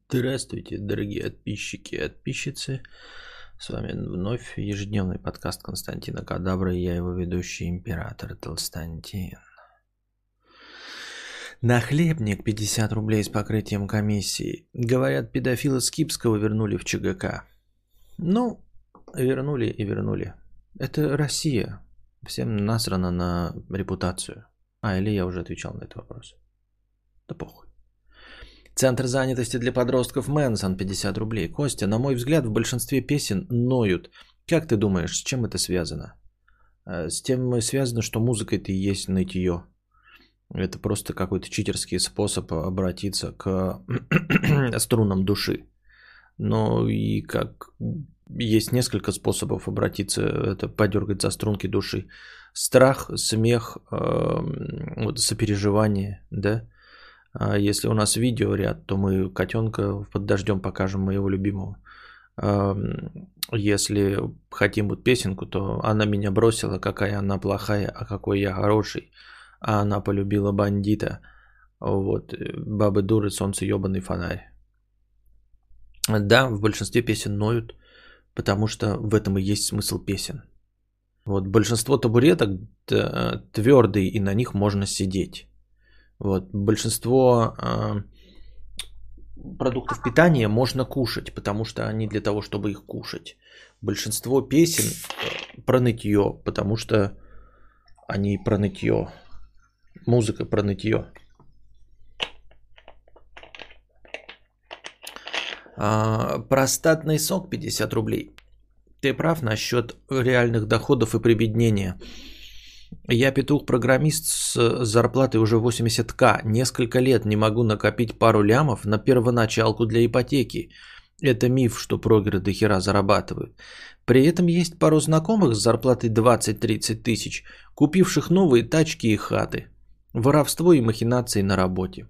Здравствуйте, дорогие подписчики и подписчицы. С вами вновь ежедневный подкаст Константина Кадавра и я его ведущий император Толстантин. Нахлебник 50 рублей с покрытием комиссии. Говорят, педофила Скипского вернули в ЧГК. Ну, вернули и вернули. Это Россия. Всем насрано на репутацию. Или я уже отвечал на этот вопрос. Да похуй. Центр занятости для подростков Мэнсон 50 рублей. Костя, на мой взгляд, в большинстве песен ноют. Как ты думаешь, с чем это связано? С тем связано, что музыка это и есть нытье. Это просто какой-то читерский способ обратиться к струнам души. Но и как есть несколько способов обратиться, это подергать за струнки души. Страх, смех, сопереживание, да? А если у нас видеоряд, то мы котенка под дождем покажем моего любимого. Если хотим вот песенку, то она меня бросила, какая она плохая, а какой я хороший. А она полюбила бандита. Вот, бабы дуры, солнце ебаный фонарь. Да, в большинстве песен ноют, потому что в этом и есть смысл песен. Вот, большинство табуреток твердые, и на них можно сидеть. Вот, большинство продуктов питания можно кушать, потому что они для того, чтобы их кушать. Большинство песен про нытье, потому что они про нытье. Музыка про нытье. Простатный сок 50 рублей. Ты прав насчет реальных доходов и прибеднения. Я петух-программист с зарплатой уже 80к. Несколько лет не могу накопить пару лямов на первоначалку для ипотеки. Это миф, что прогеры до хера зарабатывают. При этом есть пару знакомых с зарплатой 20-30 тысяч, купивших новые тачки и хаты. Воровство и махинации на работе.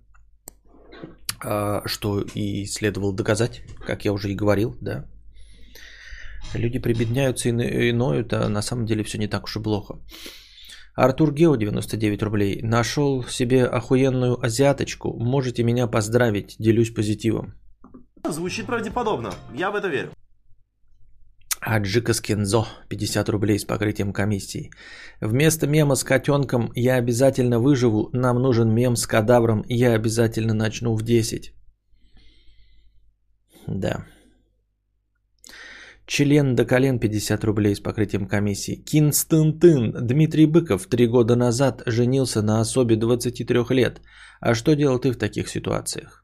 Что и следовало доказать, как я уже и говорил, да. Люди прибедняются и ноют, а на самом деле все не так уж и плохо. Артур Гео 99 рублей. Нашел себе охуенную азиаточку. Можете меня поздравить. Делюсь позитивом. Звучит правдеподобно. Я в это верю. Аджикас Кензо 50 рублей с покрытием комиссии. Вместо мема с котенком «Я обязательно выживу» нам нужен мем с кадавром «Я обязательно начну в 10». Да. Член до колен 50 рублей с покрытием комиссии. Кинстын-тын. Дмитрий Быков 3 года назад женился на особе 23 лет. А что делал ты в таких ситуациях?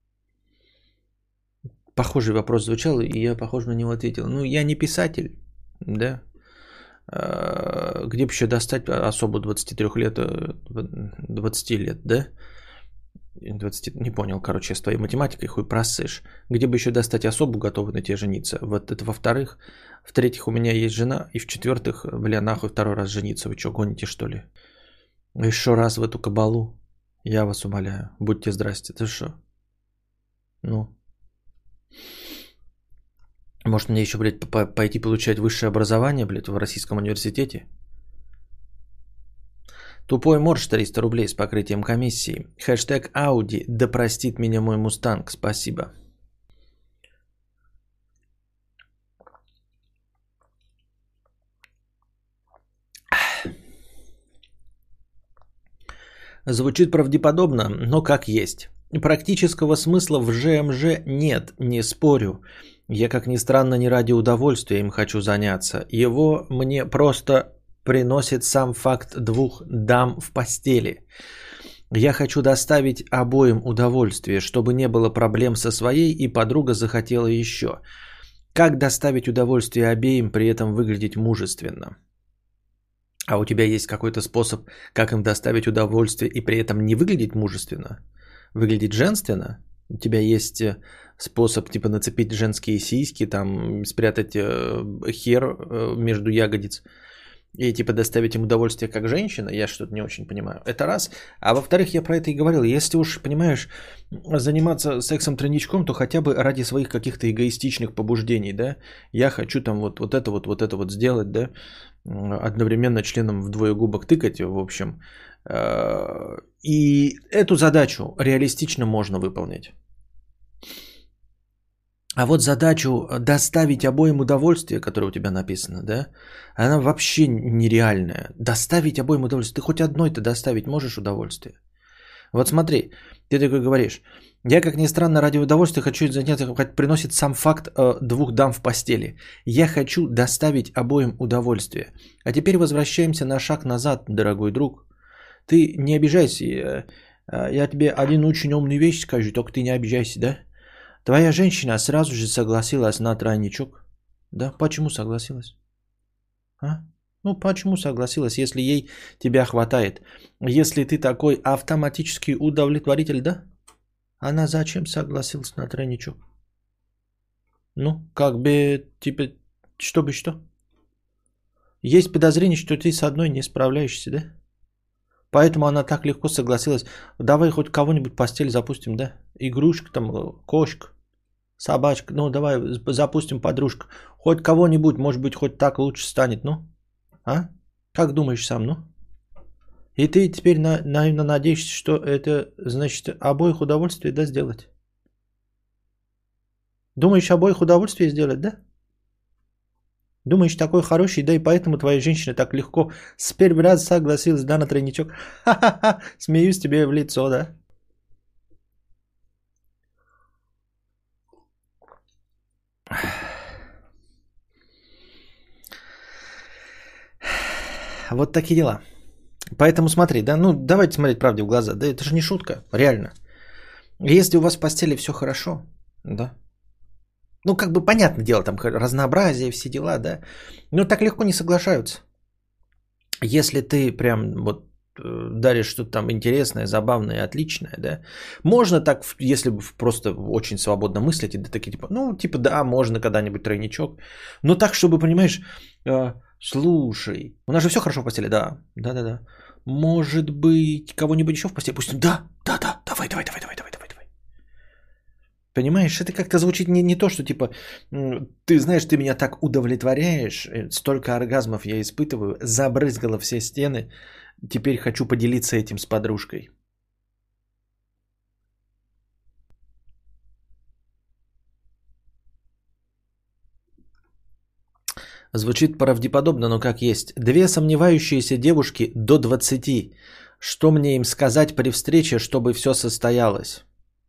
Похожий вопрос звучал, и я, похоже, на него ответил. Ну, я не писатель, да. Где бы еще достать особу 23 лет, 20 лет, да? 20, не понял, короче, с твоей математикой хуй просышь. Где бы еще достать особу, готовую на тебе жениться? Вот это во-вторых. В-третьих, у меня есть жена. И в-четвертых, бля, нахуй второй раз жениться. Вы что, гоните, что ли? Еще раз в эту кабалу. Я вас умоляю. Будьте здрасте. Ты что? Ну. Может, мне еще, блядь, пойти получать высшее образование, блядь, в Российском университете? Тупой морж 300 рублей с покрытием комиссии. Хэштег Ауди. Да простит меня мой мустанг. Спасибо. Звучит правдеподобно, но как есть. Практического смысла в ЖМЖ нет, не спорю. Я, как ни странно, не ради удовольствия им хочу заняться. Его мне просто приносит сам факт двух дам в постели. Я хочу доставить обоим удовольствие, чтобы не было проблем со своей, и подруга захотела еще. Как доставить удовольствие обеим, при этом выглядеть мужественно? А у тебя есть какой-то способ, как им доставить удовольствие и при этом не выглядеть мужественно? Выглядеть женственно? У тебя есть способ типа нацепить женские сиськи, там спрятать хер между ягодиц и типа доставить им удовольствие как женщина? Я что-то не очень понимаю. Это раз. А во-вторых, я про это и говорил. Если уж, понимаешь, заниматься сексом-тройничком, то хотя бы ради своих каких-то эгоистичных побуждений, да? Я хочу там вот это вот сделать, да? Одновременно членом в двоегубок тыкать, в общем. И эту задачу реалистично можно выполнить. А вот задачу доставить обоим удовольствие, которое у тебя написано, да, она вообще нереальная. Доставить обоим удовольствие. Ты хоть одной-то доставить можешь удовольствие? Вот смотри, ты такой говоришь, я, как ни странно, ради удовольствия хочу заняться, хоть приносит сам факт двух дам в постели. Я хочу доставить обоим удовольствие. А теперь возвращаемся на шаг назад, дорогой друг. Ты не обижайся, я тебе один очень умный вещь скажу, только ты не обижайся, да? Твоя женщина сразу же согласилась на тройничок. Да, почему согласилась? А? Ну, почему согласилась, если ей тебя хватает? Если ты такой автоматический удовлетворитель, да? Она зачем согласилась на тройничок? Ну, как бы, типа, чтобы что? Есть подозрение, что ты с одной не справляешься, да? Поэтому она так легко согласилась. Давай хоть кого-нибудь в постель запустим, да? Игрушка там, кошка, собачка. Ну, давай запустим подружка. Хоть кого-нибудь, может быть, хоть так лучше станет, ну? А? Как думаешь сам, ну? И ты теперь наивно надеешься, что это, значит, обоих удовольствие, да, сделать? Думаешь, обоих удовольствие сделать, да? Думаешь, такой хороший, да и поэтому твоя женщина так легко с первого раза согласилась, да, на тройничок? Ха-ха-ха, смеюсь тебе в лицо, да? Вот такие дела. Поэтому смотри, да, ну давайте смотреть правде в глаза. Да это же не шутка, реально. Если у вас в постели все хорошо, да, ну как бы понятное дело, там разнообразие, все дела, да, но так легко не соглашаются. Если ты прям вот даришь что-то там интересное, забавное, отличное, да, можно так, если просто очень свободно мыслить, да, такие типа, ну типа да, можно когда-нибудь тройничок, но так, чтобы, понимаешь, слушай, у нас же все хорошо в постели, да, да. Может быть, кого-нибудь еще в постели пустим? Да, давай. Понимаешь, это как-то звучит не то, что типа, ты знаешь, ты меня так удовлетворяешь, столько оргазмов я испытываю, забрызгало все стены, теперь хочу поделиться этим с подружкой. Звучит правдеподобно, но как есть. Две сомневающиеся девушки до 20. Что мне им сказать при встрече, чтобы все состоялось?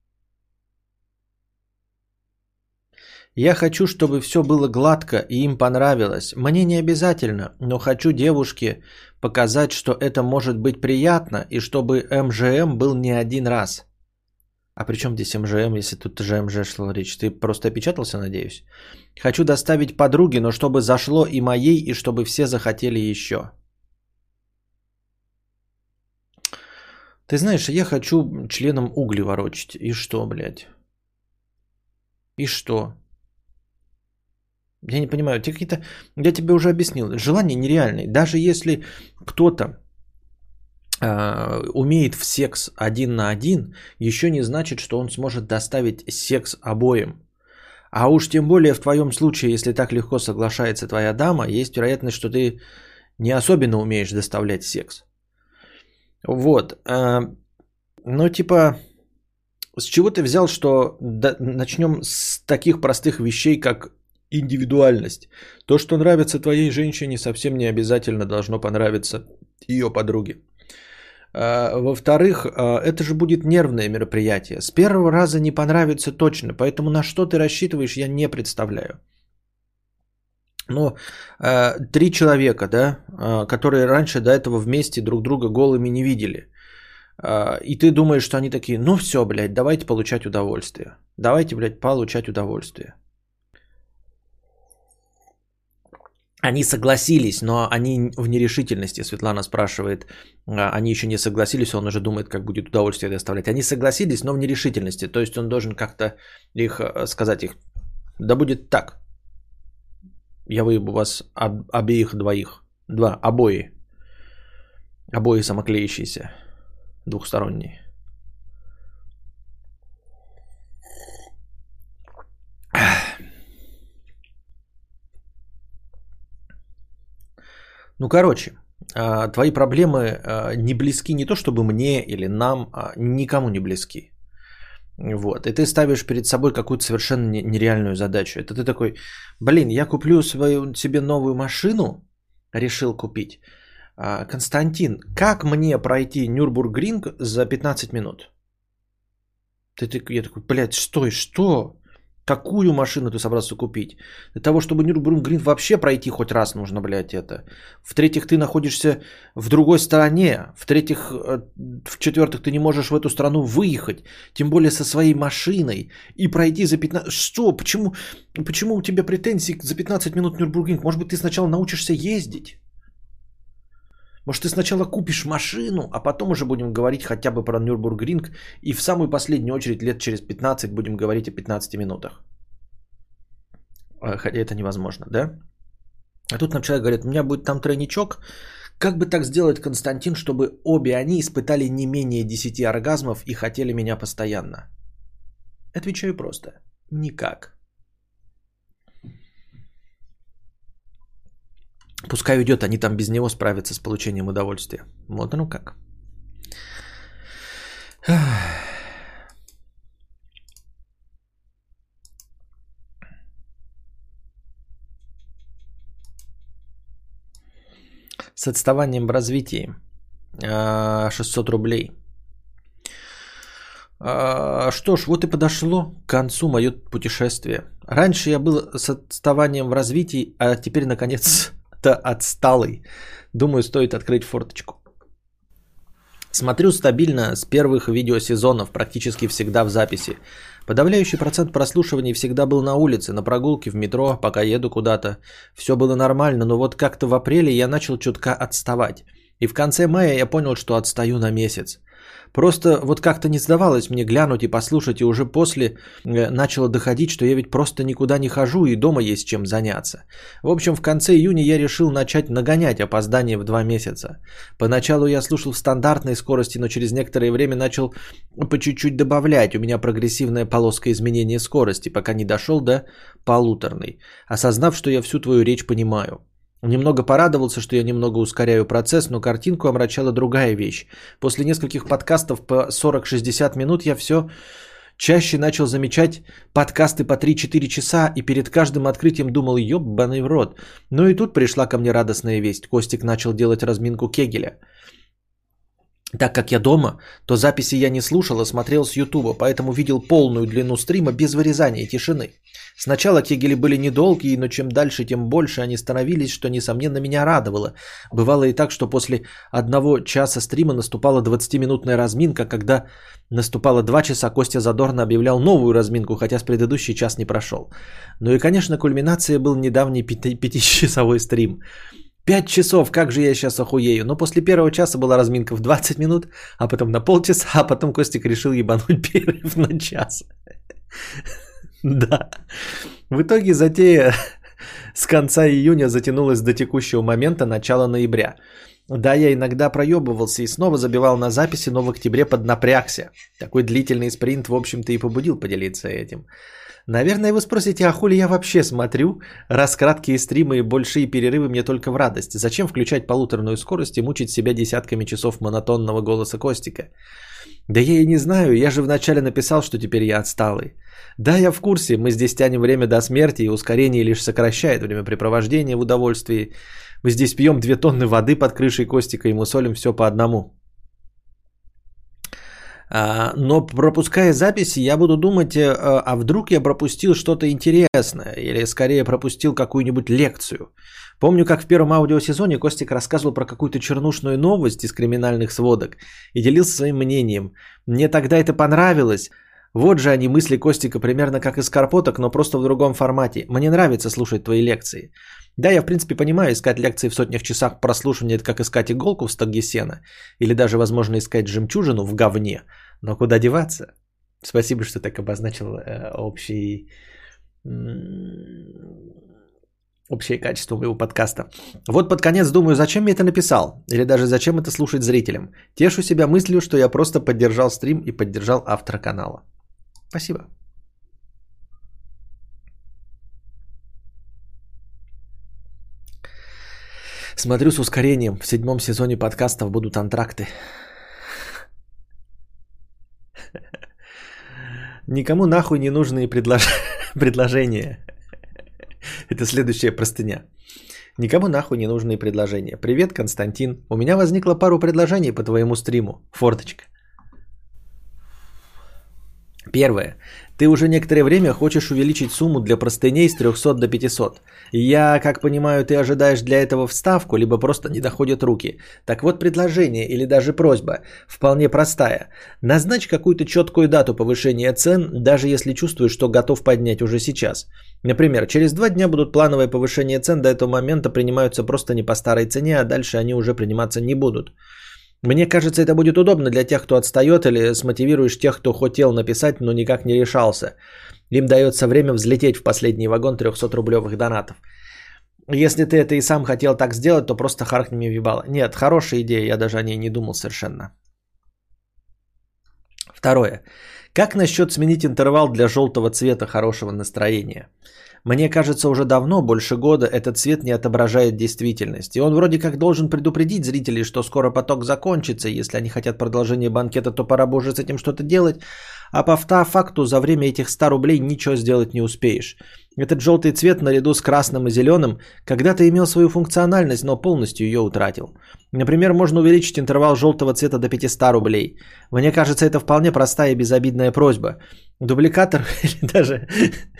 Я хочу, чтобы все было гладко и им понравилось. Мне не обязательно, но хочу девушке показать, что это может быть приятно и чтобы МЖМ был не один раз. А при чем здесь МЖМ, если тут ЖМЖ шла речь? Ты просто опечатался, надеюсь? Хочу доставить подруге, но чтобы зашло и моей, и чтобы все захотели еще. Ты знаешь, я хочу членом угли ворочить. И что, блядь? И что? Я не понимаю, те какие-то... Я тебе уже объяснил. Желания нереальные. Даже если кто-то умеет в секс один на один, еще не значит, что он сможет доставить секс обоим. А уж тем более в твоем случае, если так легко соглашается твоя дама, есть вероятность, что ты не особенно умеешь доставлять секс. Вот. Ну, типа, с чего ты взял, что начнем с таких простых вещей, как индивидуальность. То, что нравится твоей женщине, совсем не обязательно должно понравиться ее подруге. Во-вторых, это же будет нервное мероприятие. С первого раза не понравится точно, поэтому на что ты рассчитываешь, я не представляю. Но 3 человека, да, которые раньше до этого вместе друг друга голыми не видели. И ты думаешь, что они такие, ну все, блядь, давайте получать удовольствие. Давайте, блядь, получать удовольствие. Они согласились, но они в нерешительности. Светлана спрашивает, они еще не согласились, он уже думает, как будет удовольствие доставлять. Они согласились, но в нерешительности. То есть он должен как-то их сказать их, да будет так. Я выебу вас обеих двоих. Обои. Обои самоклеящиеся. Двухсторонние. Ну, короче, твои проблемы не близки не то чтобы мне или нам, никому не близки. Вот. И ты ставишь перед собой какую-то совершенно нереальную задачу. Это ты такой, блин, я куплю себе новую машину, решил купить. Константин, как мне пройти Нюрбургринг за 15 минут? Я такой, блядь, стой, что? Какую машину ты собрался купить? Для того, чтобы Нюрбургринг вообще пройти хоть раз нужно, блядь, это. В-третьих, ты находишься в другой стране. В-третьих, в-четвертых, ты не можешь в эту страну выехать. Тем более со своей машиной. И пройти за 15... Что? Почему у тебя претензии за 15 минут Нюрбургринг? Может быть, ты сначала научишься ездить? Может, ты сначала купишь машину, а потом уже будем говорить хотя бы про Нюрбургринг. И в самую последнюю очередь, лет через 15, будем говорить о 15 минутах. Хотя это невозможно, да? А тут нам человек говорит, у меня будет там тройничок. Как бы так сделать, Константин, чтобы обе они испытали не менее 10 оргазмов и хотели меня постоянно? Отвечаю просто. Никак. Пускай уйдет, они там без него справятся с получением удовольствия. Вот оно как. С отставанием в развитии. 600 рублей. Что ж, вот и подошло к концу мое путешествие. Раньше я был с отставанием в развитии, а теперь наконец-то отсталый. Думаю, стоит открыть форточку. Смотрю стабильно с первых видеосезонов, практически всегда в записи. Подавляющий процент прослушиваний всегда был на улице, на прогулке, в метро, пока еду куда-то. Все было нормально, но вот как-то в апреле я начал чутка отставать. И в конце мая я понял, что отстаю на месяц. Просто вот как-то не сдавалось мне глянуть и послушать, и уже после начало доходить, что я ведь просто никуда не хожу и дома есть чем заняться. В общем, в конце июня я решил начать нагонять опоздание в 2 месяца. Поначалу я слушал в стандартной скорости, но через некоторое время начал по чуть-чуть добавлять. У меня прогрессивная полоска изменения скорости, пока не дошел до полуторной, осознав, что я всю твою речь понимаю. Немного порадовался, что я немного ускоряю процесс, но картинку омрачала другая вещь. После нескольких подкастов по 40-60 минут я все чаще начал замечать подкасты по 3-4 часа и перед каждым открытием думал, ёбаный в рот. Но и тут пришла ко мне радостная весть. Костик начал делать разминку Кегеля. Так как я дома, то записи я не слушал, а смотрел с Ютуба, поэтому видел полную длину стрима без вырезания и тишины. Сначала кегели были недолгие, но чем дальше, тем больше они становились, что, несомненно, меня радовало. Бывало и так, что после 1 часа стрима наступала 20-минутная разминка, когда наступало 2 часа, Костя задорно объявлял новую разминку, хотя с предыдущий час не прошел. Ну и, конечно, кульминация был недавний 5-часовой стрим. 5 часов, как же я сейчас охуею. Но после 1 часа была разминка в 20 минут, а потом на полчаса, а потом Костик решил ебануть перерыв на час. Да. В итоге затея с конца июня затянулась до текущего момента, начала ноября. Да, я иногда проебывался и снова забивал на записи, но в октябре поднапрягся. Такой длительный спринт, в общем-то, и побудил поделиться этим. Наверное, вы спросите, а хули я вообще смотрю? Раз краткие стримы и большие перерывы мне только в радость. Зачем включать полуторную скорость и мучить себя десятками часов монотонного голоса Костика? Да я и не знаю, я же вначале написал, что теперь я отсталый. Да, я в курсе, мы здесь тянем время до смерти, и ускорение лишь сокращает времяпрепровождение в удовольствии. Мы здесь пьем 2 тонны воды под крышей Костика и мусолим все по одному. Но пропуская записи, я буду думать, а вдруг я пропустил что-то интересное, или скорее пропустил какую-нибудь лекцию. Помню, как в первом аудиосезоне Костик рассказывал про какую-то чернушную новость из криминальных сводок и делился своим мнением. Мне тогда это понравилось. Вот же они, мысли Костика, примерно как из Карпоток, но просто в другом формате. Мне нравится слушать твои лекции. Да, я в принципе понимаю, искать лекции в сотнях часах прослушивания – это как искать иголку в стоге сена. Или даже, возможно, искать жемчужину в говне. Но куда деваться? Спасибо, что так обозначил общее качество моего подкаста. Вот под конец думаю, зачем я это написал? Или даже зачем это слушать зрителям? Тешу себя мыслью, что я просто поддержал стрим и поддержал автора канала. Спасибо. Смотрю с ускорением. В 7 сезоне подкастов будут антракты. Никому нахуй не нужные предложения. Это следующая простыня. Никому нахуй не нужные предложения. Привет, Константин. У меня возникло пару предложений по твоему стриму. Форточка. Первое. Ты уже некоторое время хочешь увеличить сумму для простыней с 300 до 500. Я, как понимаю, ты ожидаешь для этого вставку, либо просто не доходят руки. Так вот, предложение или даже просьба вполне простая. Назначь какую-то четкую дату повышения цен, даже если чувствуешь, что готов поднять уже сейчас. Например, через 2 дня будут плановые повышения цен, до этого момента принимаются просто не по старой цене, а дальше они уже приниматься не будут. Мне кажется, это будет удобно для тех, кто отстает, или смотивируешь тех, кто хотел написать, но никак не решался. Им дается время взлететь в последний вагон 300-рублевых донатов. Если ты это и сам хотел так сделать, то просто харкни мне в ебало. Нет, хорошая идея, я даже о ней не думал совершенно. Второе. Как насчет сменить интервал для желтого цвета хорошего настроения? Мне кажется, уже давно, больше года, этот цвет не отображает действительность. И он вроде как должен предупредить зрителей, что скоро поток закончится. Если они хотят продолжения банкета, то пора бы уже с этим что-то делать. А по факту за время этих 100 рублей ничего сделать не успеешь. Этот желтый цвет наряду с красным и зеленым когда-то имел свою функциональность, но полностью ее утратил. Например, можно увеличить интервал желтого цвета до 500 рублей. Мне кажется, это вполне простая и безобидная просьба. Дубликатор или даже...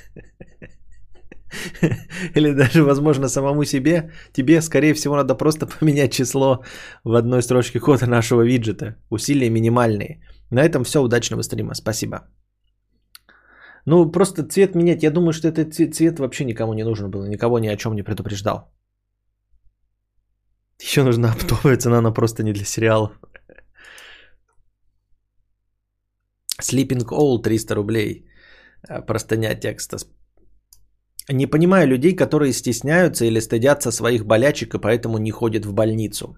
Или даже, возможно, самому себе, тебе, скорее всего, надо просто поменять число в одной строчке кода нашего виджета. Усилия минимальные. На этом все. Удачного стрима. Спасибо. Ну, просто цвет менять. Я думаю, что этот цвет вообще никому не нужен был. Никого ни о чем не предупреждал. Еще нужна оптовая цена, но просто не для сериалов. Sleeping Owl 300 рублей. Простыня текста. Не понимаю людей, которые стесняются или стыдятся своих болячек и поэтому не ходят в больницу.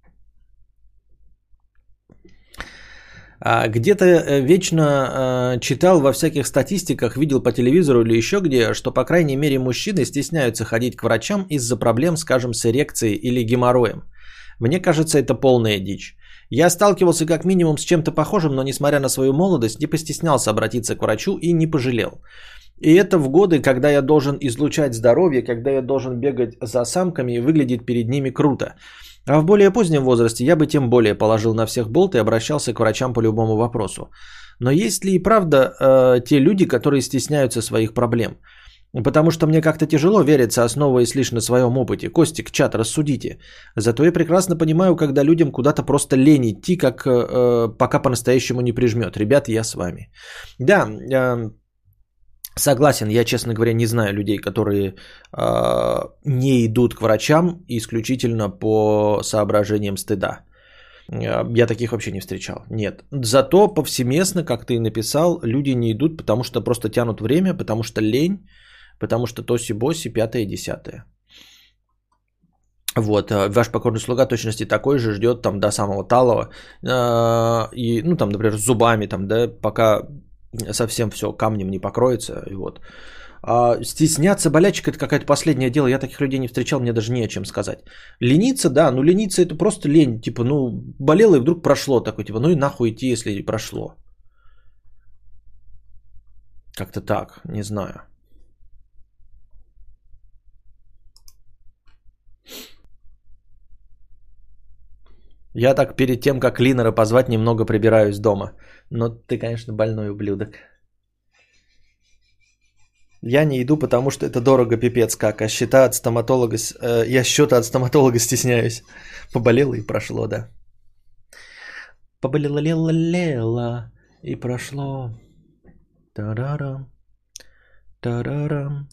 Где-то вечно читал во всяких статистиках, видел по телевизору или еще где, что по крайней мере мужчины стесняются ходить к врачам из-за проблем, скажем, с эрекцией или геморроем. Мне кажется, это полная дичь. Я сталкивался как минимум с чем-то похожим, но несмотря на свою молодость, не постеснялся обратиться к врачу и не пожалел. И это в годы, когда я должен излучать здоровье, когда я должен бегать за самками и выглядеть перед ними круто. А в более позднем возрасте я бы тем более положил на всех болт и обращался к врачам по любому вопросу. Но есть ли и правда те люди, которые стесняются своих проблем? Потому что мне как-то тяжело вериться, основываясь лишь на своем опыте. Костик, чат, рассудите. Зато я прекрасно понимаю, когда людям куда-то просто лень идти, как пока по-настоящему не прижмет. Ребят, я с вами. Да, согласен, я, честно говоря, не знаю людей, которые не идут к врачам исключительно по соображениям стыда. Я таких вообще не встречал. Нет. Зато повсеместно, как ты и написал, люди не идут, потому что просто тянут время, потому что лень, потому что тоси-боси, 5-10. Вот, ваш покорный слуга точности такой же ждет там до самого талого. И, ну, там, например, с зубами, там, да, пока совсем все камнем не покроется. И вот. Стесняться болячек — это какое-то последнее дело. Я таких людей не встречал, мне даже не о чем сказать. Лениться, да, ну лениться — это просто лень. Типа, ну, болело и вдруг прошло. Такой, типа, ну и нахуй идти, если прошло. Как-то так, не знаю. Я так перед тем, как Линера позвать, немного прибираюсь дома. Но ты, конечно, больной ублюдок. Я не иду, потому что это дорого, пипец как. А счета от стоматолога... я счета от стоматолога стесняюсь. Поболело и прошло, да. Поболело-лело-лело и прошло. Тарарам. Тарарам.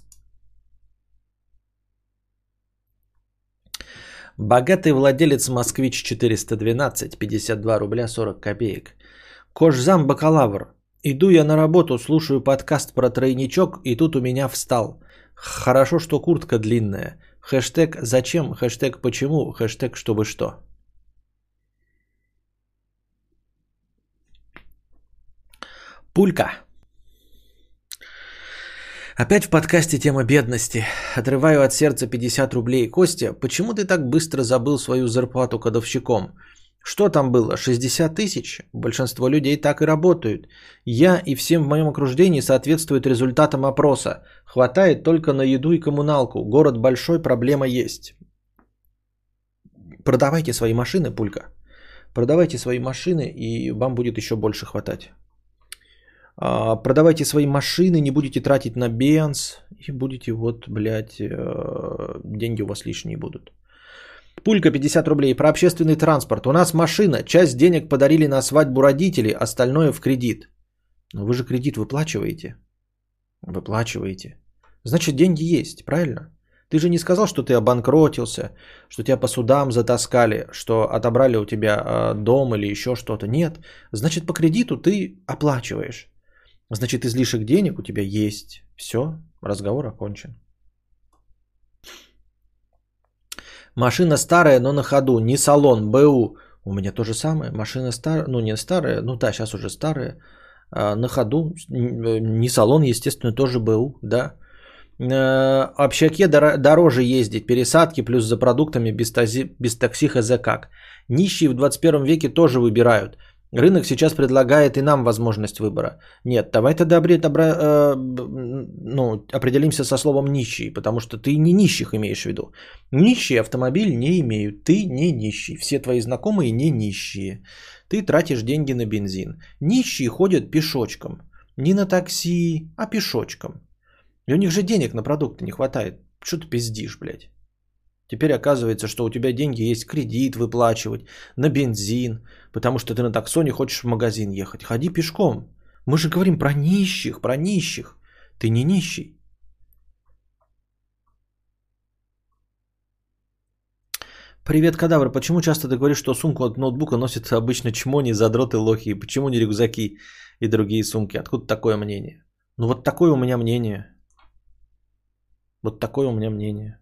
Богатый владелец Москвич 412, 52 рубля 40 копеек. Кожзам бакалавр. Иду я на работу, слушаю подкаст про тройничок, и тут у меня встал. Хорошо, что куртка длинная. Хэштег зачем, хэштег почему, хэштег чтобы что. Пулька. Опять в подкасте тема бедности. Отрываю от сердца 50 рублей. Костя, почему ты так быстро забыл свою зарплату кодовщиком? Что там было? 60 тысяч? Большинство людей так и работают. Я и всем в моем окружении соответствуют результатам опроса. Хватает только на еду и коммуналку. Город большой, проблема есть. Продавайте свои машины, Пулька. Продавайте свои машины, и вам будет еще больше хватать. Продавайте свои машины, не будете тратить на бенз, и будете вот, блядь, деньги у вас лишние будут. Пулька 50 рублей. Про общественный транспорт. У нас машина. Часть денег подарили на свадьбу родители, остальное в кредит. Но вы же кредит выплачиваете. Выплачиваете. Значит, деньги есть, правильно? Ты же не сказал, что ты обанкротился, что тебя по судам затаскали, что отобрали у тебя дом или еще что-то. Нет. Значит, по кредиту ты оплачиваешь. Значит, излишек денег у тебя есть. Все, разговор окончен. Машина старая, но на ходу. Не салон, БУ. У меня то же самое. Машина старая, ну не старая, ну да, сейчас уже старая. На ходу. Не салон, естественно, тоже БУ, да. Общаке дороже ездить. Пересадки плюс за продуктами без такси хз как. Нищие в 21 веке тоже выбирают. Рынок сейчас предлагает и нам возможность выбора. Нет, давай тогда определимся со словом нищий, потому что ты не нищих имеешь в виду. Нищие автомобиль не имеют, ты не нищий. Все твои знакомые не нищие. Ты тратишь деньги на бензин. Нищие ходят пешочком. Не на такси, а пешочком. И у них же денег на продукты не хватает. Что ты пиздишь, блядь? Теперь оказывается, что у тебя деньги есть кредит выплачивать, на бензин, потому что ты на таксо не хочешь в магазин ехать. Ходи пешком. Мы же говорим про нищих, про нищих. Ты не нищий. Привет, кадавр. Почему часто ты говоришь, что сумку от ноутбука носят обычно чмони, задроты, лохи? Почему не рюкзаки и другие сумки? Откуда такое мнение? Ну вот такое у меня мнение. Вот такое у меня мнение.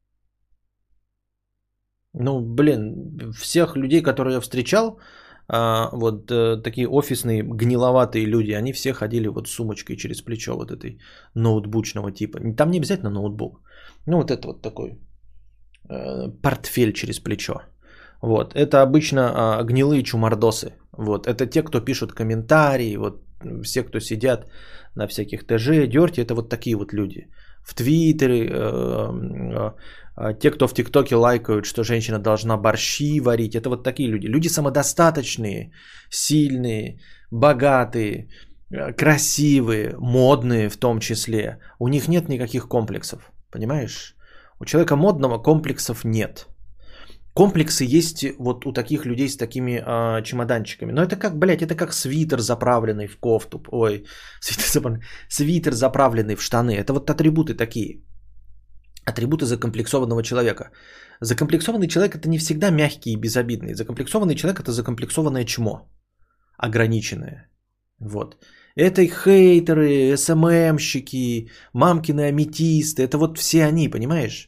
Ну, блин, всех людей, которые я встречал, вот такие офисные, гниловатые люди, они все ходили вот с сумочкой через плечо вот этой ноутбучного типа. Там не обязательно ноутбук. Ну, вот это вот такой портфель через плечо. Вот, это обычно гнилые чумардосы. Вот, это те, кто пишут комментарии, вот все, кто сидят на всяких ТЖ, дерти, это вот такие вот люди. В Твиттере, те, кто в ТикТоке лайкают, что женщина должна борщи варить, это вот такие люди. Люди самодостаточные, сильные, богатые, красивые, модные в том числе. У них нет никаких комплексов, понимаешь? У человека модного комплексов нет. Комплексы есть вот у таких людей с такими чемоданчиками. Но это как, блядь, это как свитер, заправленный в кофту. Ой, свитер, заправленный в штаны. Это вот атрибуты такие. Атрибуты закомплексованного человека. Закомплексованный человек это не всегда мягкий и безобидный. Закомплексованный человек это закомплексованное чмо. Ограниченное. Вот. Это и хейтеры, СММщики, мамкины аметисты. Это вот все они, понимаешь?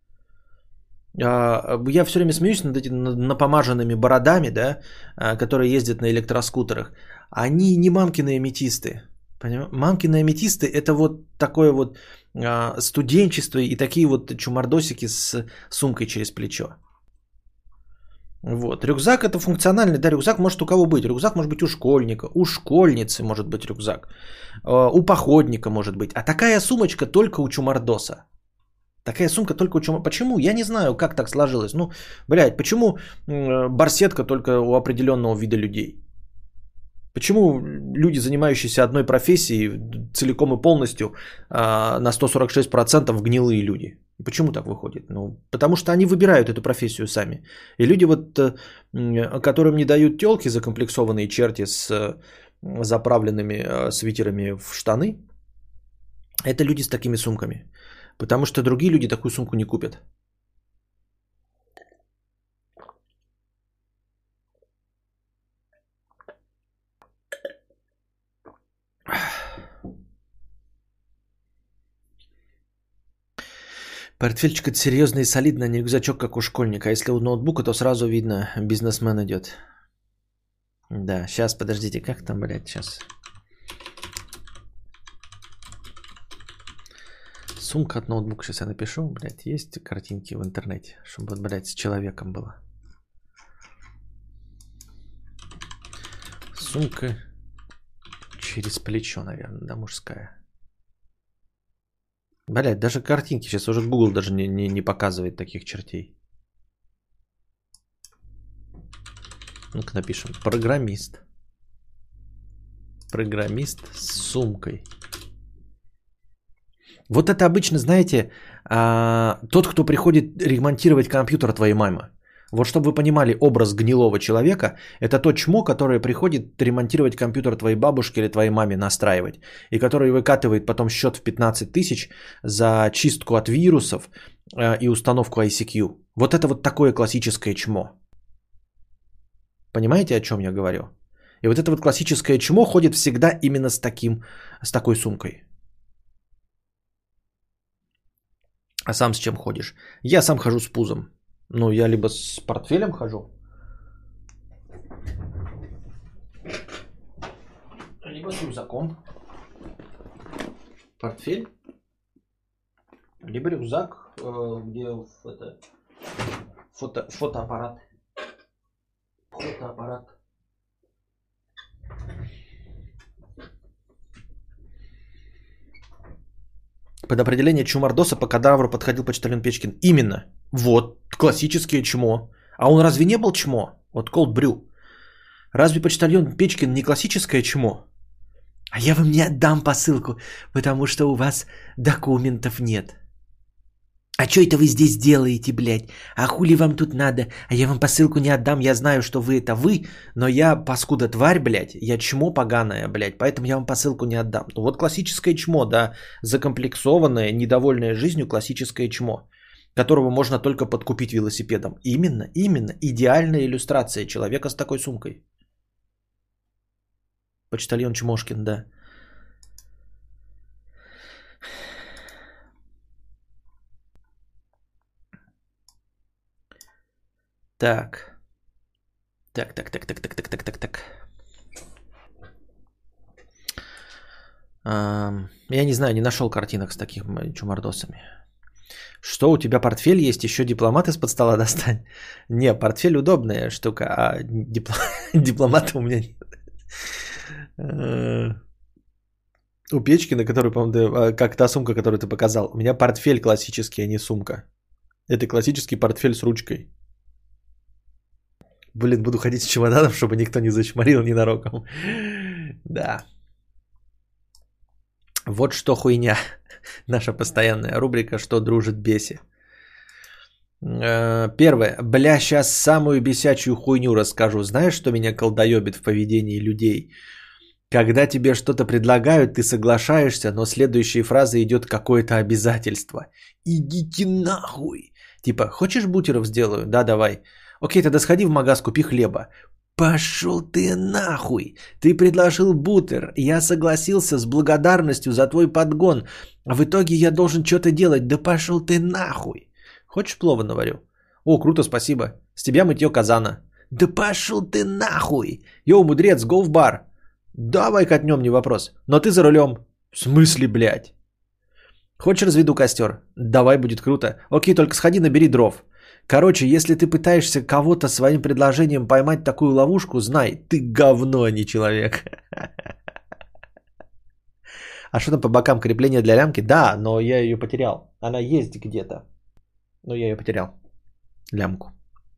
Я все время смеюсь над этими напомаженными бородами, да, которые ездят на электроскутерах. Они не мамкины аметисты. Мамкины аметисты это вот такое вот студенчество и такие вот чумардосики с сумкой через плечо. Вот. Рюкзак это функциональный, да, рюкзак может у кого быть. Рюкзак может быть у школьника, у школьницы может быть рюкзак, у походника может быть. А такая сумочка только у чумардоса. Такая сумка только у чумардоса. Почему? Я не знаю, как так сложилось. Ну, блядь, почему барсетка только у определенного вида людей? Почему люди, занимающиеся одной профессией, целиком и полностью на 146% гнилые люди? Почему так выходит? Ну, потому что они выбирают эту профессию сами. И люди, вот, которым не дают телки закомплексованные черти с заправленными свитерами в штаны, это люди с такими сумками. Потому что другие люди такую сумку не купят. Портфельчик это серьезно и солидно, не рюкзачок, как у школьника. А если у ноутбука, то сразу видно, бизнесмен идет. Да, сейчас, подождите, как там, блядь, сейчас. Сумка от ноутбука, сейчас я напишу, блядь, есть картинки в интернете, чтобы, блядь, с человеком было. Сумка через плечо, наверное, да, мужская. Блядь, даже картинки сейчас уже Google даже не показывает таких чертей. Ну-ка напишем. Программист. Программист с сумкой. Вот это обычно, знаете, тот, кто приходит ремонтировать компьютер твоей мамы. Вот чтобы вы понимали, образ гнилого человека, это то чмо, которое приходит ремонтировать компьютер твоей бабушки или твоей маме, настраивать. И который выкатывает потом счет в 15 тысяч за чистку от вирусов и установку ICQ. Вот это вот такое классическое чмо. Понимаете, о чем я говорю? И вот это вот классическое чмо ходит всегда именно с такой сумкой. А сам с чем ходишь? Я сам хожу с пузом. Ну, я либо с портфелем хожу, либо с рюкзаком. Портфель, либо рюкзак, где фотоаппарат. Фотоаппарат. Под определение чумардоса по кадавру подходил почтальон Печкин. Именно. Вот, классическое чмо. А он разве не был чмо? Вот Cold Brew. Разве почтальон Печкин не классическое чмо? А я вам не отдам посылку, потому что у вас документов нет. А что это вы здесь делаете, блядь? А хули вам тут надо? А я вам посылку не отдам, я знаю, что вы это вы, но я паскуда тварь, блядь, я чмо поганое, блядь, поэтому я вам посылку не отдам. Ну вот классическое чмо, да, закомплексованное, недовольное жизнью классическое чмо, которого можно только подкупить велосипедом. Именно, идеальная иллюстрация человека с такой сумкой. Почтальон Чмошкин, да. Так. Я не знаю, не нашел картинок с такими чумардосами. Что, у тебя портфель есть? Еще дипломат из-под стола достань? Не, портфель удобная штука, а дипломата у меня нет. У Печкина, который, по-моему, как та сумка, которую ты показал. У меня портфель классический, а не сумка. Это классический портфель с ручкой. Блин, буду ходить с чемоданом, чтобы никто не зачморил ненароком. Да. Вот что хуйня. Наша постоянная рубрика «Что дружит беси». Первое. Бля, сейчас самую бесячую хуйню расскажу. Знаешь, что меня колдоебит в поведении людей? Когда тебе что-то предлагают, ты соглашаешься, но следующей фразой идет какое-то обязательство. Идите нахуй. Типа, хочешь бутеров сделаю? Да, давай. Окей, тогда сходи в магаз, купи хлеба. Пошел ты нахуй. Ты предложил бутер. Я согласился с благодарностью за твой подгон. А в итоге я должен что-то делать. Да пошел ты нахуй. Хочешь плова наварю? О, круто, спасибо. С тебя мытье казана. Да пошел ты нахуй. Йоу, мудрец, го в бар. Давай катнем, не вопрос. Но ты за рулем. В смысле, блядь? Хочешь разведу костер? Давай, будет круто. Окей, только сходи, набери дров. Короче, если ты пытаешься кого-то своим предложением поймать такую ловушку, знай, ты говно, а не человек. А что там по бокам, крепление для лямки? Да, но я ее потерял. Она есть где-то. Но я ее потерял. Лямку.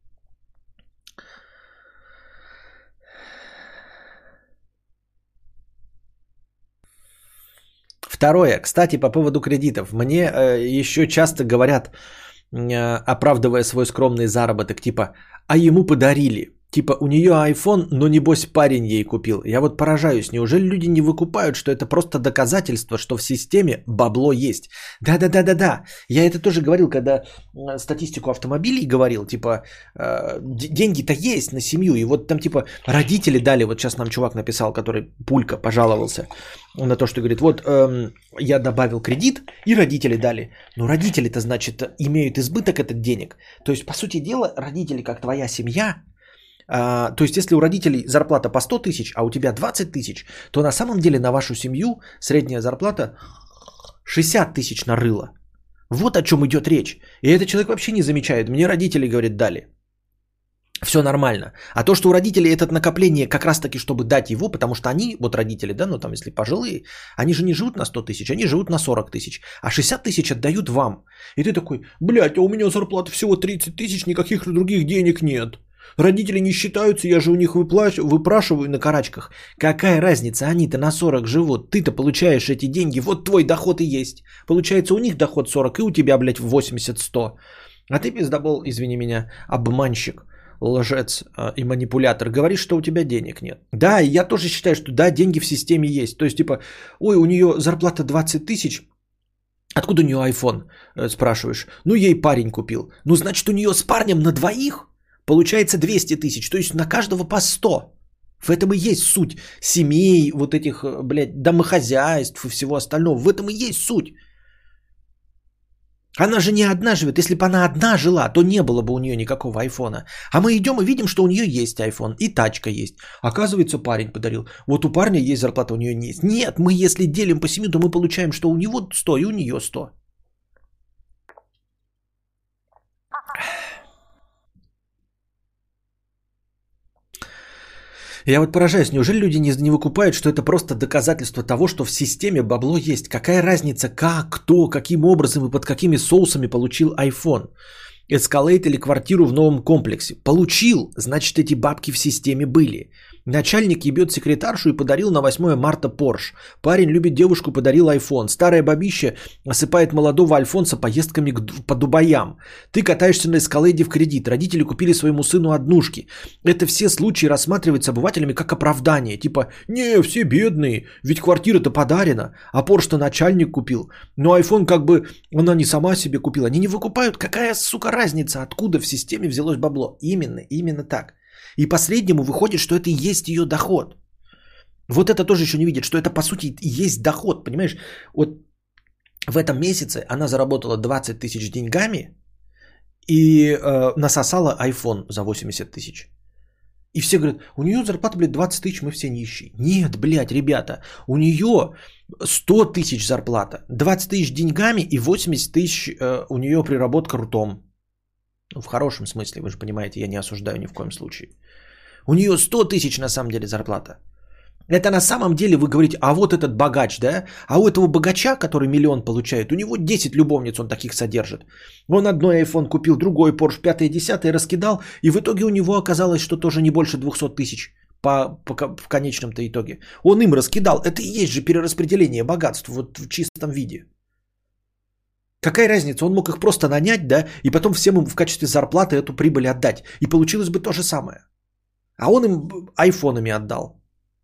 Второе. Кстати, по поводу кредитов. Мне еще часто говорят, оправдывая свой скромный заработок, типа, а ему подарили. Типа, у нее iPhone, но небось парень ей купил. Я вот поражаюсь, неужели люди не выкупают, что это просто доказательство, что в системе бабло есть? Да. Я это тоже говорил, когда статистику автомобилей говорил, типа, деньги-то есть на семью. И вот там, типа, родители дали, вот сейчас нам чувак написал, который Пулька пожаловался на то, что говорит, вот я добавил кредит, и родители дали. Но родители-то, значит, имеют избыток этот денег. То есть, по сути дела, родители, как твоя семья... То есть, если у родителей зарплата по 100 тысяч, а у тебя 20 тысяч, то на самом деле на вашу семью средняя зарплата 60 тысяч нарыла. Вот о чем идет речь. И этот человек вообще не замечает. Мне родители, говорят, дали. Все нормально. А то, что у родителей это накопление как раз-таки, чтобы дать его, потому что они, вот родители, да, ну там если пожилые, они же не живут на 100 тысяч, они живут на 40 тысяч, а 60 тысяч отдают вам. И ты такой, блядь, а у меня зарплата всего 30 тысяч, никаких других денег нет. Родители не считаются, я же у них выпрашиваю на карачках. Какая разница, они-то на 40 живут, ты-то получаешь эти деньги, вот твой доход и есть. Получается, у них доход 40, и у тебя, блядь, 80-100. А ты, пиздобол, извини меня, обманщик, лжец и манипулятор, говоришь, что у тебя денег нет. Да, и я тоже считаю, что да, деньги в системе есть. То есть, типа, ой, у нее зарплата 20 тысяч, откуда у нее iPhone, спрашиваешь? Ну, ей парень купил. Ну, значит, у нее с парнем на двоих получается 200 тысяч, то есть на каждого по 100. В этом и есть суть семей, вот этих, блядь, домохозяйств и всего остального. В этом и есть суть. Она же не одна живет. Если бы она одна жила, то не было бы у нее никакого айфона. А мы идем и видим, что у нее есть айфон. И тачка есть. Оказывается, парень подарил. Вот у парня есть зарплата, у нее не есть. Нет, мы если делим по семью, то мы получаем, что у него 100 и у нее 100. Я вот поражаюсь, неужели люди не выкупают, что это просто доказательство того, что в системе бабло есть? Какая разница, как, кто, каким образом и под какими соусами получил iPhone? Escalade или квартиру в новом комплексе? Получил, значит эти бабки в системе были. Начальник ебет секретаршу и подарил на 8 марта Porsche. Парень любит девушку, подарил iPhone. Старая бабища осыпает молодого Альфонса поездками по Дубаям. Ты катаешься на Escalade в кредит. Родители купили своему сыну однушки. Это все случаи рассматриваются обывателями как оправдание. Типа, не, все бедные, ведь квартира-то подарена, а Porsche-то начальник купил. Но iPhone как бы она не сама себе купила. Они не выкупают. Какая, сука, разница, откуда в системе взялось бабло? Именно так. И последнему выходит, что это и есть ее доход. Вот это тоже еще не видит, что это по сути и есть доход, понимаешь? Вот в этом месяце она заработала 20 тысяч деньгами и насосала iPhone за 80 тысяч. И все говорят, у нее зарплата, блядь, 20 тысяч, мы все нищие. Нет, блядь, ребята, у нее 100 тысяч зарплата, 20 тысяч деньгами и 80 тысяч у нее приработка ртом. В хорошем смысле, вы же понимаете, я не осуждаю ни в коем случае. У нее 100 тысяч на самом деле зарплата. Это на самом деле вы говорите, а вот этот богач, да? А у этого богача, который миллион получает, у него 10 любовниц он таких содержит. Он одной iPhone купил, другой Porsche, 5-10 раскидал, и в итоге у него оказалось, что тоже не больше 200 тысяч в конечном-то итоге. Он им раскидал. Это и есть же перераспределение богатств вот в чистом виде. Какая разница? Он мог их просто нанять, да, и потом всем им в качестве зарплаты эту прибыль отдать. И получилось бы то же самое. А он им айфонами отдал.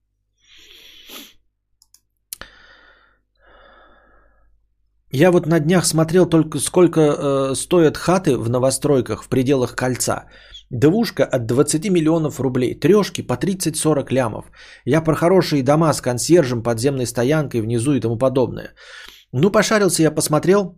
Я вот на днях смотрел только сколько стоят хаты в новостройках в пределах кольца. Двушка от 20 миллионов рублей. Трешки по 30-40 лямов. Я про хорошие дома с консьержем, подземной стоянкой внизу и тому подобное. Ну, пошарился я, посмотрел.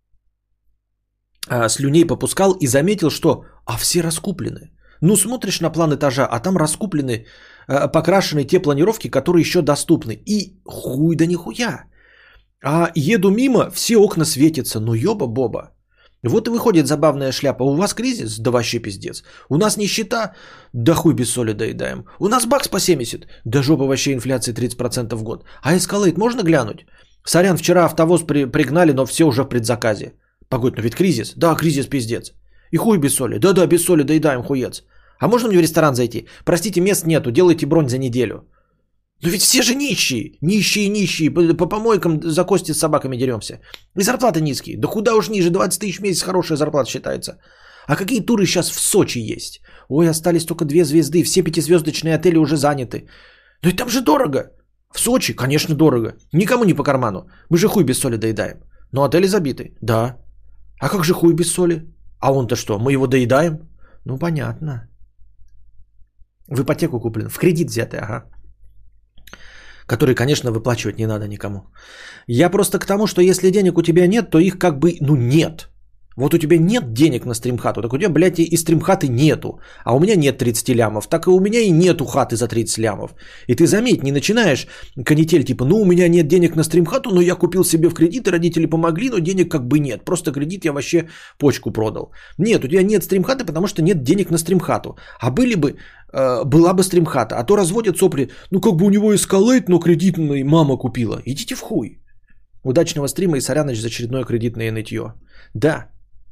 Слюней попускал и заметил, что все раскуплены. Ну, смотришь на план этажа, а там раскуплены, покрашены те планировки, которые еще доступны. И хуй да нихуя. А еду мимо, все окна светятся. Ну, ёба-боба. Вот и выходит забавная шляпа. У вас кризис? Да вообще пиздец. У нас нищета? Да хуй без соли доедаем. У нас бакс по 70? Да жопа вообще инфляции 30% в год. А Escalade можно глянуть? Сорян, вчера автовоз пригнали, но все уже в предзаказе. Погодь, ну ведь кризис. Да, кризис пиздец. И хуй без соли. Да-да, без соли доедаем, хуец. А можно мне в ресторан зайти? Простите, мест нету, делайте бронь за неделю. Ну ведь все же нищие. Нищие. По помойкам за кости с собаками деремся. И зарплаты низкие. Да куда уж ниже, 20 тысяч в месяц хорошая зарплата считается. А какие туры сейчас в Сочи есть? Ой, остались только 2 звезды, все 5-звездочные отели уже заняты. Ну и там же дорого. В Сочи, конечно, дорого. Никому не по карману. Мы же хуй без соли доедаем. Но отели забиты. Да. А как же хуй без соли? А он-то что, мы его доедаем? Ну, понятно. В ипотеку куплен, в кредит взятый, ага. Который, конечно, выплачивать не надо никому. Я просто к тому, что если денег у тебя нет, то их как бы, нет. Вот у тебя нет денег на стримхату, так у тебя, блядь, и стримхаты нету. А у меня нет 30 лямов, так и у меня и нету хаты за 30 лямов. И ты заметь, не начинаешь канитель типа, ну у меня нет денег на стримхату, но я купил себе в кредит, и родители помогли, но денег как бы нет. Просто кредит я вообще почку продал. Нет, у тебя нет стримхаты, потому что нет денег на стримхату. А были бы, была бы стримхата, а то разводят сопли, ну как бы у него эскалейт, но кредитный мама купила. Идите в хуй. Удачного стрима и соряныч за очередное кредитное нытье. Да.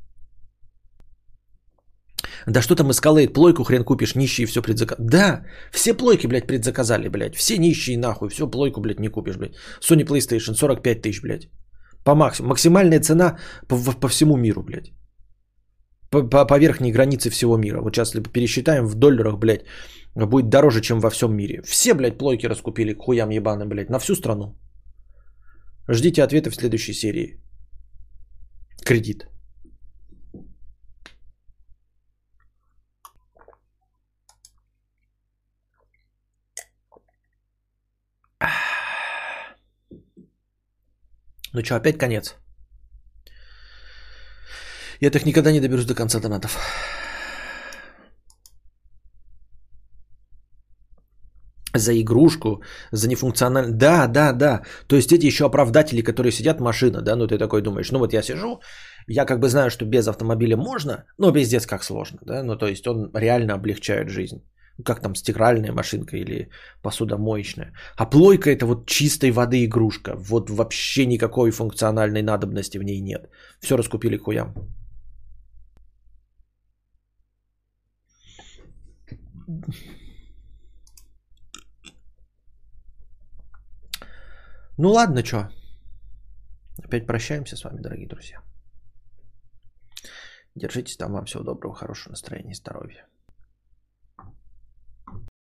Да что там Escalade, плойку хрен купишь, нищие все предзаказали. Да, все плойки, блядь, предзаказали, блядь. Все нищие нахуй, все плойку, блядь, не купишь, блядь. Sony PlayStation 45 тысяч, блядь. По максимуму. Максимальная цена по всему миру, блядь. По верхней границе всего мира. Вот сейчас, если пересчитаем в долларах, блядь, будет дороже, чем во всем мире. Все, блядь, плойки раскупили к хуям ебаным, блядь, на всю страну. Ждите ответы в следующей серии. Кредит. Ну что, опять конец? Я так никогда не доберусь до конца донатов. За игрушку, за нефункциональность. Да. То есть эти еще оправдатели, которые сидят, машина, да, ну ты такой думаешь, ну вот я сижу, я как бы знаю, что без автомобиля можно, но пиздец как сложно, да, ну то есть он реально облегчает жизнь. Как там стиральная машинка или посудомоечная. А плойка это вот чистой воды игрушка. Вот вообще никакой функциональной надобности в ней нет. Все раскупили к хуям. Ну ладно, что. Опять прощаемся с вами, дорогие друзья. Держитесь там, вам всего доброго, хорошего настроения и здоровья.